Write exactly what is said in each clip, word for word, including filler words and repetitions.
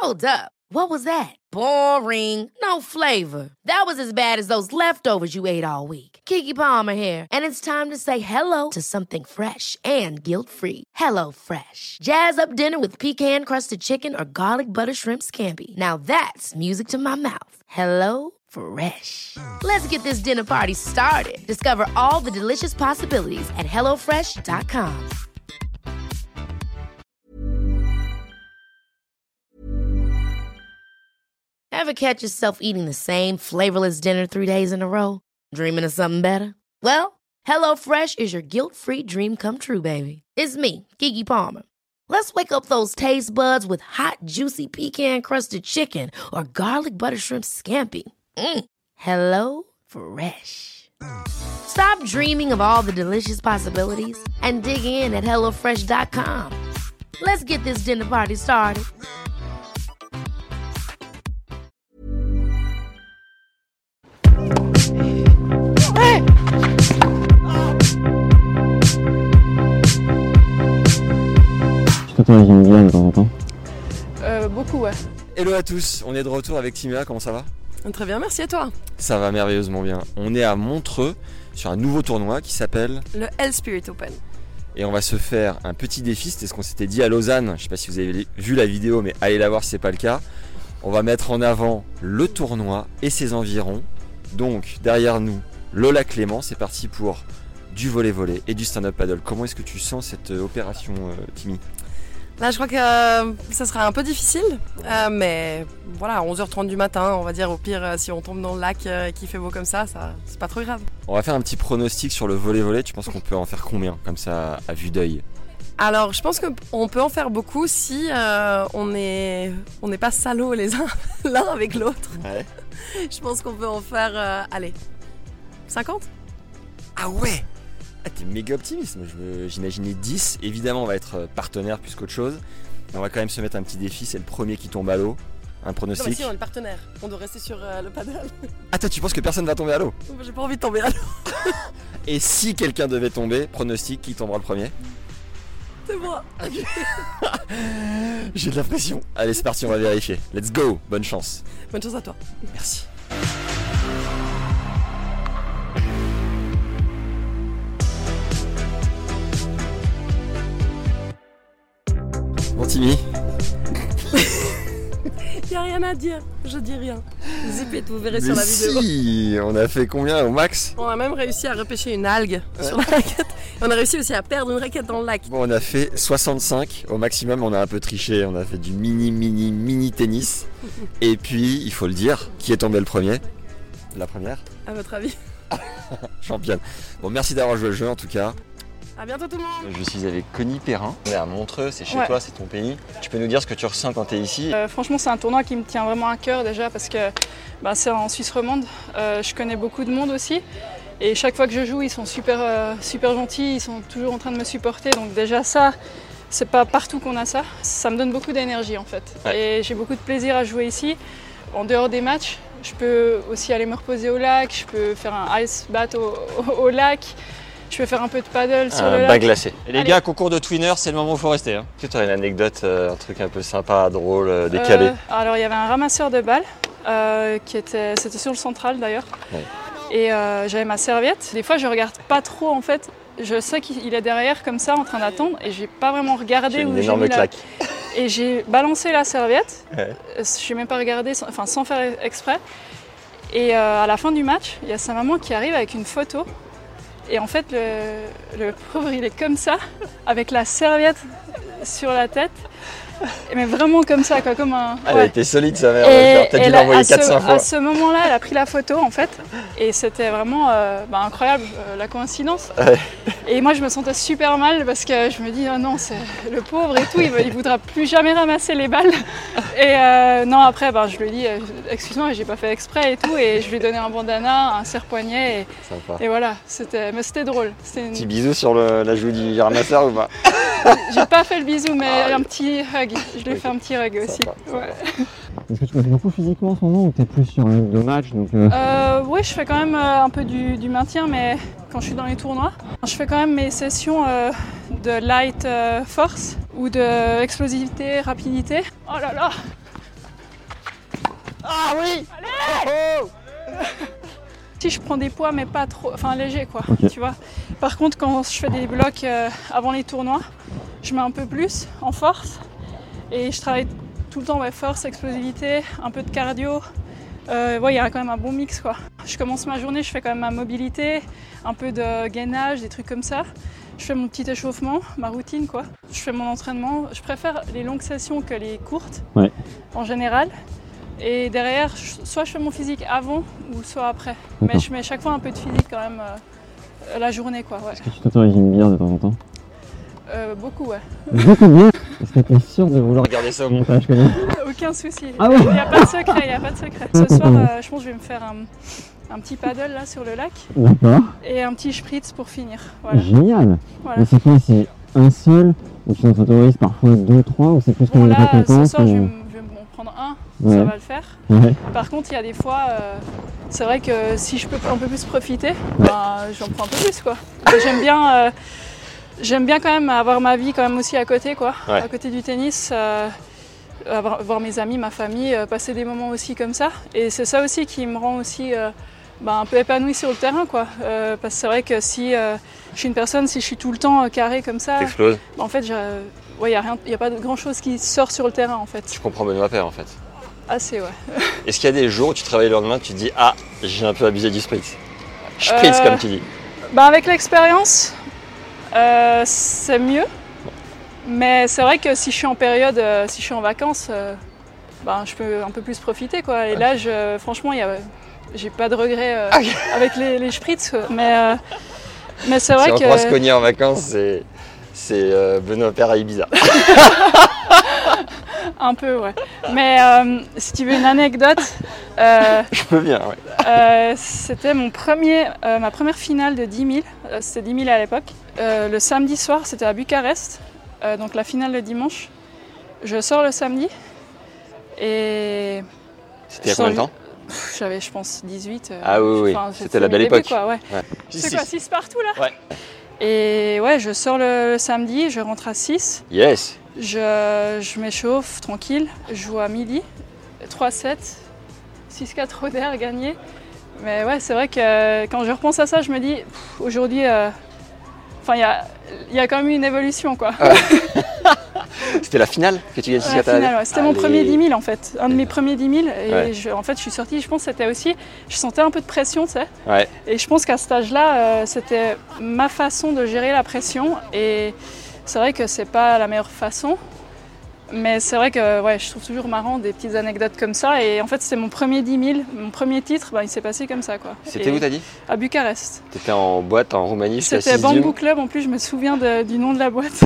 Hold up. What was that? Boring. No flavor. That was as bad as those leftovers you ate all week. Keke Palmer here, and it's time to say hello to something fresh and guilt-free. Hello Fresh. Jazz up dinner with pecan-crusted chicken or garlic butter shrimp scampi. Now that's music to my mouth. Hello Fresh. Let's get this dinner party started. Discover all the delicious possibilities at hello fresh dot com. Ever catch yourself eating the same flavorless dinner three days in a row? Dreaming of something better? Well, HelloFresh is your guilt-free dream come true, baby. It's me, Keke Palmer. Let's wake up those taste buds with hot, juicy pecan-crusted chicken or garlic butter shrimp scampi. Mm. Hello Fresh. Stop dreaming of all the delicious possibilities and dig in at hello fresh dot com. Let's get this dinner party started. Toi, t'en imagines bien de temps en temps? Euh, beaucoup, ouais. Hello à tous, on est de retour avec Timéa, comment ça va? Très bien, merci à toi. Ça va merveilleusement bien. On est à Montreux sur un nouveau tournoi qui s'appelle le Hell Spirit Open. Et on va se faire un petit défi, c'était ce qu'on s'était dit à Lausanne. Je sais pas si vous avez vu la vidéo, mais allez la voir si c'est pas le cas. On va mettre en avant le tournoi et ses environs. Donc derrière nous, Lola Clément, c'est parti pour du volley-volley et du stand-up paddle. Comment est-ce que tu sens cette opération, euh, Timmy? Là, je crois que euh, ça sera un peu difficile, euh, mais voilà, à onze heures trente du matin, on va dire, au pire, euh, si on tombe dans le lac euh, et qu'il fait beau comme ça, ça, c'est pas trop grave. On va faire un petit pronostic sur le volley-volley. Tu penses qu'on peut en faire combien, comme ça, à vue d'œil? Alors, je pense qu'on peut en faire beaucoup si euh, on n'est on n'est pas salauds les uns l'un avec l'autre. Ouais. Je pense qu'on peut en faire, euh, allez, cinquante? Ah ouais! Ah, t'es méga optimiste. Moi, je, j'imaginais dix. Évidemment, on va être partenaire plus qu'autre chose. Mais on va quand même se mettre un petit défi. C'est le premier qui tombe à l'eau. Un pronostic. Non, mais si, on est partenaire. On doit rester sur euh, le paddle. Ah, toi, tu penses que personne va tomber à l'eau? J'ai pas envie de tomber à l'eau. Et si quelqu'un devait tomber, pronostic, qui tombera le premier? C'est moi. J'ai de la pression. Allez, c'est parti, on va vérifier. Let's go. Bonne chance. Bonne chance à toi. Merci. Bon, Timmy. Y'a rien à dire, je dis rien. Zipette, vous verrez Mais sur la vidéo. Si, on a fait combien au max? On a même réussi à repêcher une algue ouais. sur la raquette. On a réussi aussi à perdre une raquette dans le lac. Bon, on a fait soixante-cinq au maximum, on a un peu triché, on a fait du mini mini mini tennis. Et puis, il faut le dire, qui est tombé le premier? La première? À votre avis? Championne. Bon, merci d'avoir joué le jeu en tout cas. A bientôt tout le monde. Je suis avec Connie Perrin. On est à Montreux, c'est chez ouais. toi, c'est ton pays. Tu peux nous dire ce que tu ressens quand tu es ici? euh, Franchement, c'est un tournoi qui me tient vraiment à cœur déjà parce que bah, c'est en Suisse romande. Euh, je connais beaucoup de monde aussi. Et chaque fois que je joue, ils sont super, euh, super gentils, ils sont toujours en train de me supporter. Donc déjà ça, c'est pas partout qu'on a ça. Ça me donne beaucoup d'énergie en fait. Ouais. Et j'ai beaucoup de plaisir à jouer ici. En dehors des matchs, je peux aussi aller me reposer au lac, je peux faire un ice bath au, au, au lac. Je vais faire un peu de paddle sur un le lac. Bain glacé. Et les Allez. gars, concours de twinner, c'est le moment où il faut rester. Hein. Est-ce que tu as une anecdote, euh, un truc un peu sympa, drôle, euh, décalé? euh, Alors il y avait un ramasseur de balles, euh, qui était, c'était sur le central d'ailleurs. Ouais. Et euh, j'avais ma serviette. Des fois je regarde pas trop en fait. Je sais qu'il est derrière comme ça en train d'attendre et j'ai pas vraiment regardé où une j'ai énorme mis la... claque. Et j'ai balancé la serviette. Ouais. Je n'ai même pas regardé, sans, enfin sans faire exprès. Et euh, à la fin du match, il y a sa maman qui arrive avec une photo. Et en fait, le, le pauvre, il est comme ça, avec la serviette sur la tête. Mais vraiment comme ça, quoi, comme un... Elle ouais. a été solide, sa mère. T'as dû l'envoyer quatre cents fois. À ce moment-là, elle a pris la photo, en fait. Et c'était vraiment euh, bah, incroyable, euh, la coïncidence. Ouais. Et moi, je me sentais super mal parce que je me dis, oh non, c'est le pauvre et tout, il ne voudra plus jamais ramasser les balles. Et euh, non, après, bah, je lui ai dit, euh, excuse-moi, j'ai pas fait exprès et tout. Et je lui ai donné un bandana, un serre-poignet. Et, Sympa. Et voilà, c'était, mais c'était drôle. C'était une... Petit bisou sur le, la joue du ramasseur ou pas? J'ai pas fait le bisou, mais ah, un petit hug. Je lui ai okay. fait un petit hug aussi. Sympa, ouais. Est-ce que tu bosses beaucoup physiquement en ce moment ou t'es plus sur un de match donc euh... Euh, Oui, je fais quand même euh, un peu du, du maintien, mais quand je suis dans les tournois, je fais quand même mes sessions euh, de light euh, force ou de explosivité, rapidité. Oh là là! Ah oui. Allez oh Si je prends des poids mais pas trop, enfin léger quoi, okay. Tu vois. Par contre quand je fais des blocs euh, avant les tournois, je mets un peu plus en force et je travaille tout le temps ouais, force, explosivité, un peu de cardio. Euh, ouais, il y a quand même un bon mix quoi. Je commence ma journée, je fais quand même ma mobilité, un peu de gainage, des trucs comme ça. Je fais mon petit échauffement, ma routine quoi. Je fais mon entraînement. Je préfère les longues sessions que les courtes ouais. En général. Et derrière, soit je fais mon physique avant ou soit après. Mais je mets chaque fois un peu de physique quand même euh, la journée quoi. Ouais. Est-ce que tu t'autorises une bière de temps en temps? euh, Beaucoup ouais. Beaucoup bien. Est-ce que tu es sûr de vouloir regarder ça au montage quand même? Aucun souci. Ah ouais. Il n'y a pas de secret, il n'y a pas de secret. Ce soir, euh, je pense que je vais me faire un, un petit paddle là sur le lac. D'accord. Et un petit spritz pour finir. Voilà. Génial. Voilà. Mais c'est quoi? C'est un seul ou tu t'autorises parfois deux, trois ou c'est plus bon, comme là, une récompense? Ce soir, ou... je vais, je vais m'en prendre un, ouais. Ça va le faire. Ouais. Par contre, il y a des fois, euh, c'est vrai que si je peux un peu plus profiter, ouais. ben, j'en prends un peu plus quoi. J'aime bien, euh, j'aime bien quand même avoir ma vie quand même aussi à côté quoi, ouais. À côté du tennis. Euh, voir mes amis, ma famille, euh, passer des moments aussi comme ça. Et c'est ça aussi qui me rend aussi euh, bah, un peu épanouie sur le terrain quoi. Euh, parce que c'est vrai que si euh, je suis une personne, si je suis tout le temps euh, carré comme ça, t'exploses. Bah, en fait, il ouais, n'y a, a pas de grand chose qui sort sur le terrain en fait. Tu comprends Benoît Paire en fait. Assez ouais. Est-ce qu'il y a des jours où tu travailles le lendemain, tu te dis ah j'ai un peu abusé du spritz? Spritz euh, comme tu dis. Bah, avec l'expérience, euh, c'est mieux. Mais c'est vrai que si je suis en période, euh, si je suis en vacances, euh, ben, je peux un peu plus profiter quoi. Et là, je, franchement, y a, j'ai pas de regrets euh, okay. Avec les, les spritz. Mais, euh, mais c'est vrai si que. Si on croise cogner en vacances, c'est, c'est euh, Benoît Paire à Ibiza. Un peu, ouais. Mais euh, si tu veux une anecdote. Euh, je peux bien, ouais. Euh, c'était mon premier, euh, ma première finale de dix mille. Euh, c'était dix mille à l'époque. Euh, le samedi soir, c'était à Bucarest. Euh, donc la finale le dimanche. Je sors le samedi et... C'était il y a combien de temps? J'avais je pense dix-huit. Euh, ah oui, oui. C'était la belle début, époque. Quoi, ouais. Ouais. C'est quoi, six partout là? Ouais. Et ouais, je sors le, le samedi, je rentre à six. Yes. Je, je m'échauffe tranquille, je joue à midi, trois sept, six quatre Oder gagné. Mais ouais, c'est vrai que quand je repense à ça, je me dis, aujourd'hui... Euh, Enfin, il y a, y a quand même eu une évolution, quoi. Ah ouais. C'était la finale que tu gagnes six quatre? Ouais, c'était mon premier dix mille, en fait. Un de mes premiers dix mille. Et ouais. je, en fait, je suis sortie, je pense que c'était aussi... Je sentais un peu de pression, tu sais. Ouais. Et je pense qu'à cet âge-là, euh, c'était ma façon de gérer la pression. Et c'est vrai que c'est pas la meilleure façon. Mais c'est vrai que ouais, je trouve toujours marrant des petites anecdotes comme ça. Et en fait, c'était mon premier dix mille, mon premier titre, ben, il s'est passé comme ça, quoi. C'était où, t'as dit? À Bucarest. T'étais en boîte en Roumanie? C'était Bamboo Club, en plus, je me souviens de, du nom de la boîte.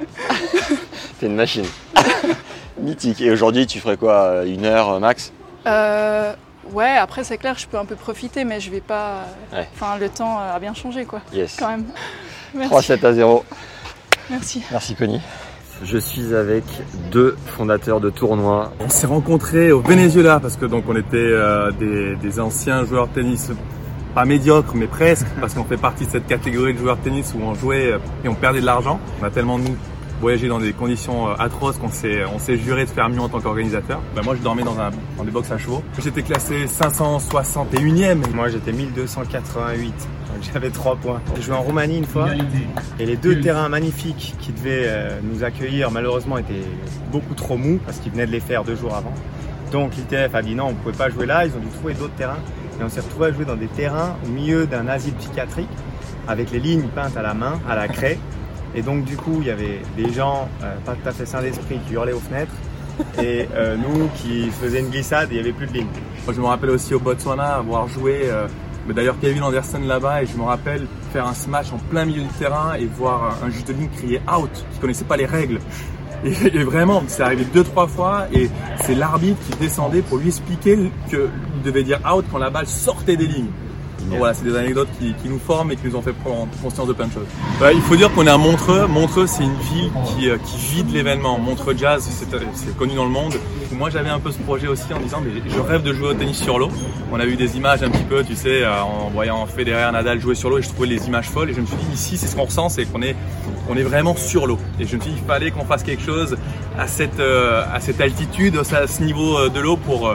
T'es une machine. Mythique. Et aujourd'hui, tu ferais quoi? Une heure max? euh, Ouais, après, c'est clair, je peux un peu profiter, mais je vais pas... Ouais. Enfin, le temps a bien changé, quoi. Yes. Quand même. trois sept à zéro. Merci. Merci, Connie. Je suis avec deux fondateurs de tournois. On s'est rencontrés au Venezuela parce que donc on était euh, des, des anciens joueurs de tennis, pas médiocres mais presque, parce qu'on fait partie de cette catégorie de joueurs de tennis où on jouait et on perdait de l'argent. On a tellement nous voyagé dans des conditions atroces qu'on s'est on s'est juré de faire mieux en tant qu'organisateur. Ben moi je dormais dans, un, dans des box à chevaux. J'étais classé cinq cent soixante et unième. Moi j'étais mille deux cent quatre-vingt-huit. J'avais trois points. J'ai joué en Roumanie une fois et les deux terrains magnifiques qui devaient euh, nous accueillir malheureusement étaient beaucoup trop mous parce qu'ils venaient de les faire deux jours avant. Donc l'I T F a dit non, on ne pouvait pas jouer là, ils ont dû trouver d'autres terrains et on s'est retrouvé à jouer dans des terrains au milieu d'un asile psychiatrique avec les lignes peintes à la main, à la craie. Et donc du coup il y avait des gens euh, pas tout à fait sains d'esprit qui hurlaient aux fenêtres et euh, nous qui faisaient une glissade et il n'y avait plus de ligne. Moi, je me rappelle aussi au Botswana avoir joué... Euh... Mais d'ailleurs Kevin Anderson là-bas et je me rappelle faire un smash en plein milieu du terrain et voir un juge de ligne crier out, qui connaissait pas les règles. Et, et vraiment, c'est arrivé deux trois fois et c'est l'arbitre qui descendait pour lui expliquer qu'il devait dire out quand la balle sortait des lignes. Donc voilà, c'est des anecdotes qui, qui nous forment et qui nous ont fait prendre conscience de plein de choses. Ouais, il faut dire qu'on est à Montreux. Montreux, c'est une ville qui, qui vit de l'événement. Montreux Jazz, c'est connu dans le monde. Moi, j'avais un peu ce projet aussi en disant, mais je rêve de jouer au tennis sur l'eau. On a eu des images un petit peu, tu sais, en voyant Federer, Nadal jouer sur l'eau et je trouvais les images folles. Et je me suis dit, ici, c'est ce qu'on ressent, c'est qu'on est, on est vraiment sur l'eau. Et je me suis dit, il fallait qu'on fasse quelque chose à cette, à cette altitude, à ce niveau de l'eau pour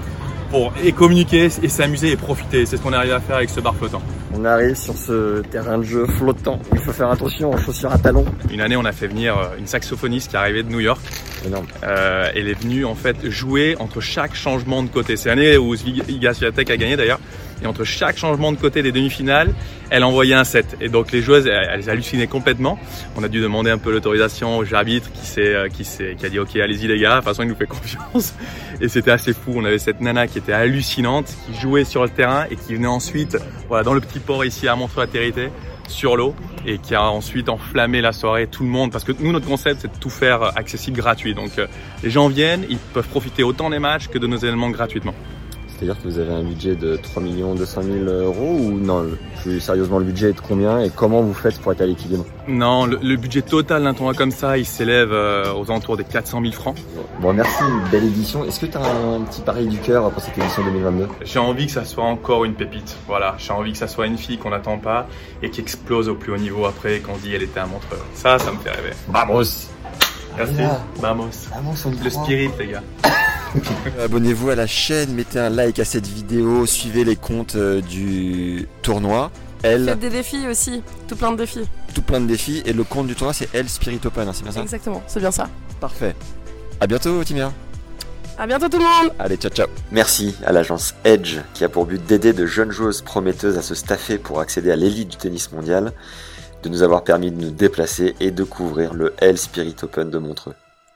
pour et communiquer et s'amuser et profiter. C'est ce qu'on arrive à faire avec ce bar flottant. On arrive sur ce terrain de jeu flottant. Il faut faire attention aux chaussures à talons. Une année, on a fait venir une saxophoniste qui arrivait de New York. Énorme. Euh, elle est venue en fait jouer entre chaque changement de côté. C'est l'année où Iga Swiatek a gagné d'ailleurs. Et entre chaque changement de côté des demi-finales, elle envoyait un set. Et donc les joueuses, elles, elles hallucinaient complètement. On a dû demander un peu l'autorisation au arbitre qui, s'est, qui, s'est, qui a dit « Ok, allez-y les gars, de toute façon il nous fait confiance ». Et c'était assez fou. On avait cette nana qui était hallucinante, qui jouait sur le terrain et qui venait ensuite, voilà, dans le petit port ici à Montreux-la-Territé, sur l'eau, et qui a ensuite enflammé la soirée, tout le monde. Parce que nous, notre concept, c'est de tout faire accessible, gratuit. Donc euh, les gens viennent, ils peuvent profiter autant des matchs que de nos événements gratuitement. C'est-à-dire que vous avez un budget de trois millions deux cent mille euros ou non? Plus sérieusement, le budget est de combien et comment vous faites pour être à l'équilibre? Non, le, le budget total d'un tournoi comme ça, il s'élève euh, aux alentours des quatre cent mille francs. Bon, merci, une belle édition. Est-ce que tu as un petit pari du cœur pour cette édition deux mille vingt-deux? J'ai envie que ça soit encore une pépite. Voilà, j'ai envie que ça soit une fille qu'on n'attend pas et qui explose au plus haut niveau après qu'on dit elle était à Montreux. Ça, ça me fait rêver. Vamos! Merci. Vamos. Vamos, on y Le croit. spirit, les gars. Abonnez-vous à la chaîne, mettez un like à cette vidéo, suivez les comptes euh, du tournoi. Elle, Faites des défis aussi, tout plein de défis. tout plein de défis. Et le compte du tournoi, c'est Elle Spirit Open, hein, c'est bien ça? Exactement, c'est bien ça. Parfait. À bientôt, Timia. À bientôt tout le monde. Allez, ciao, ciao. Merci à l'agence Edge qui a pour but d'aider de jeunes joueuses prometteuses à se staffer pour accéder à l'élite du tennis mondial, de nous avoir permis de nous déplacer et de couvrir le Elle Spirit Open de Montreux.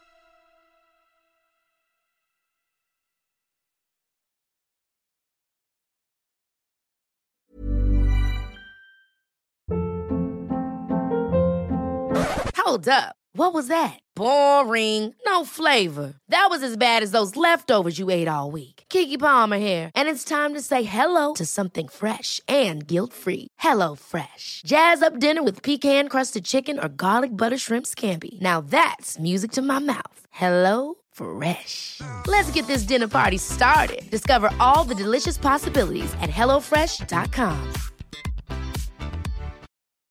Hold up. What was that? Boring. No flavor. That was as bad as those leftovers you ate all week. Keke Palmer here, and it's time to say hello to something fresh and guilt-free. Hello Fresh. Jazz up dinner with pecan-crusted chicken or garlic butter shrimp scampi. Now that's music to my mouth. Hello Fresh. Let's get this dinner party started. Discover all the delicious possibilities at hello fresh dot com.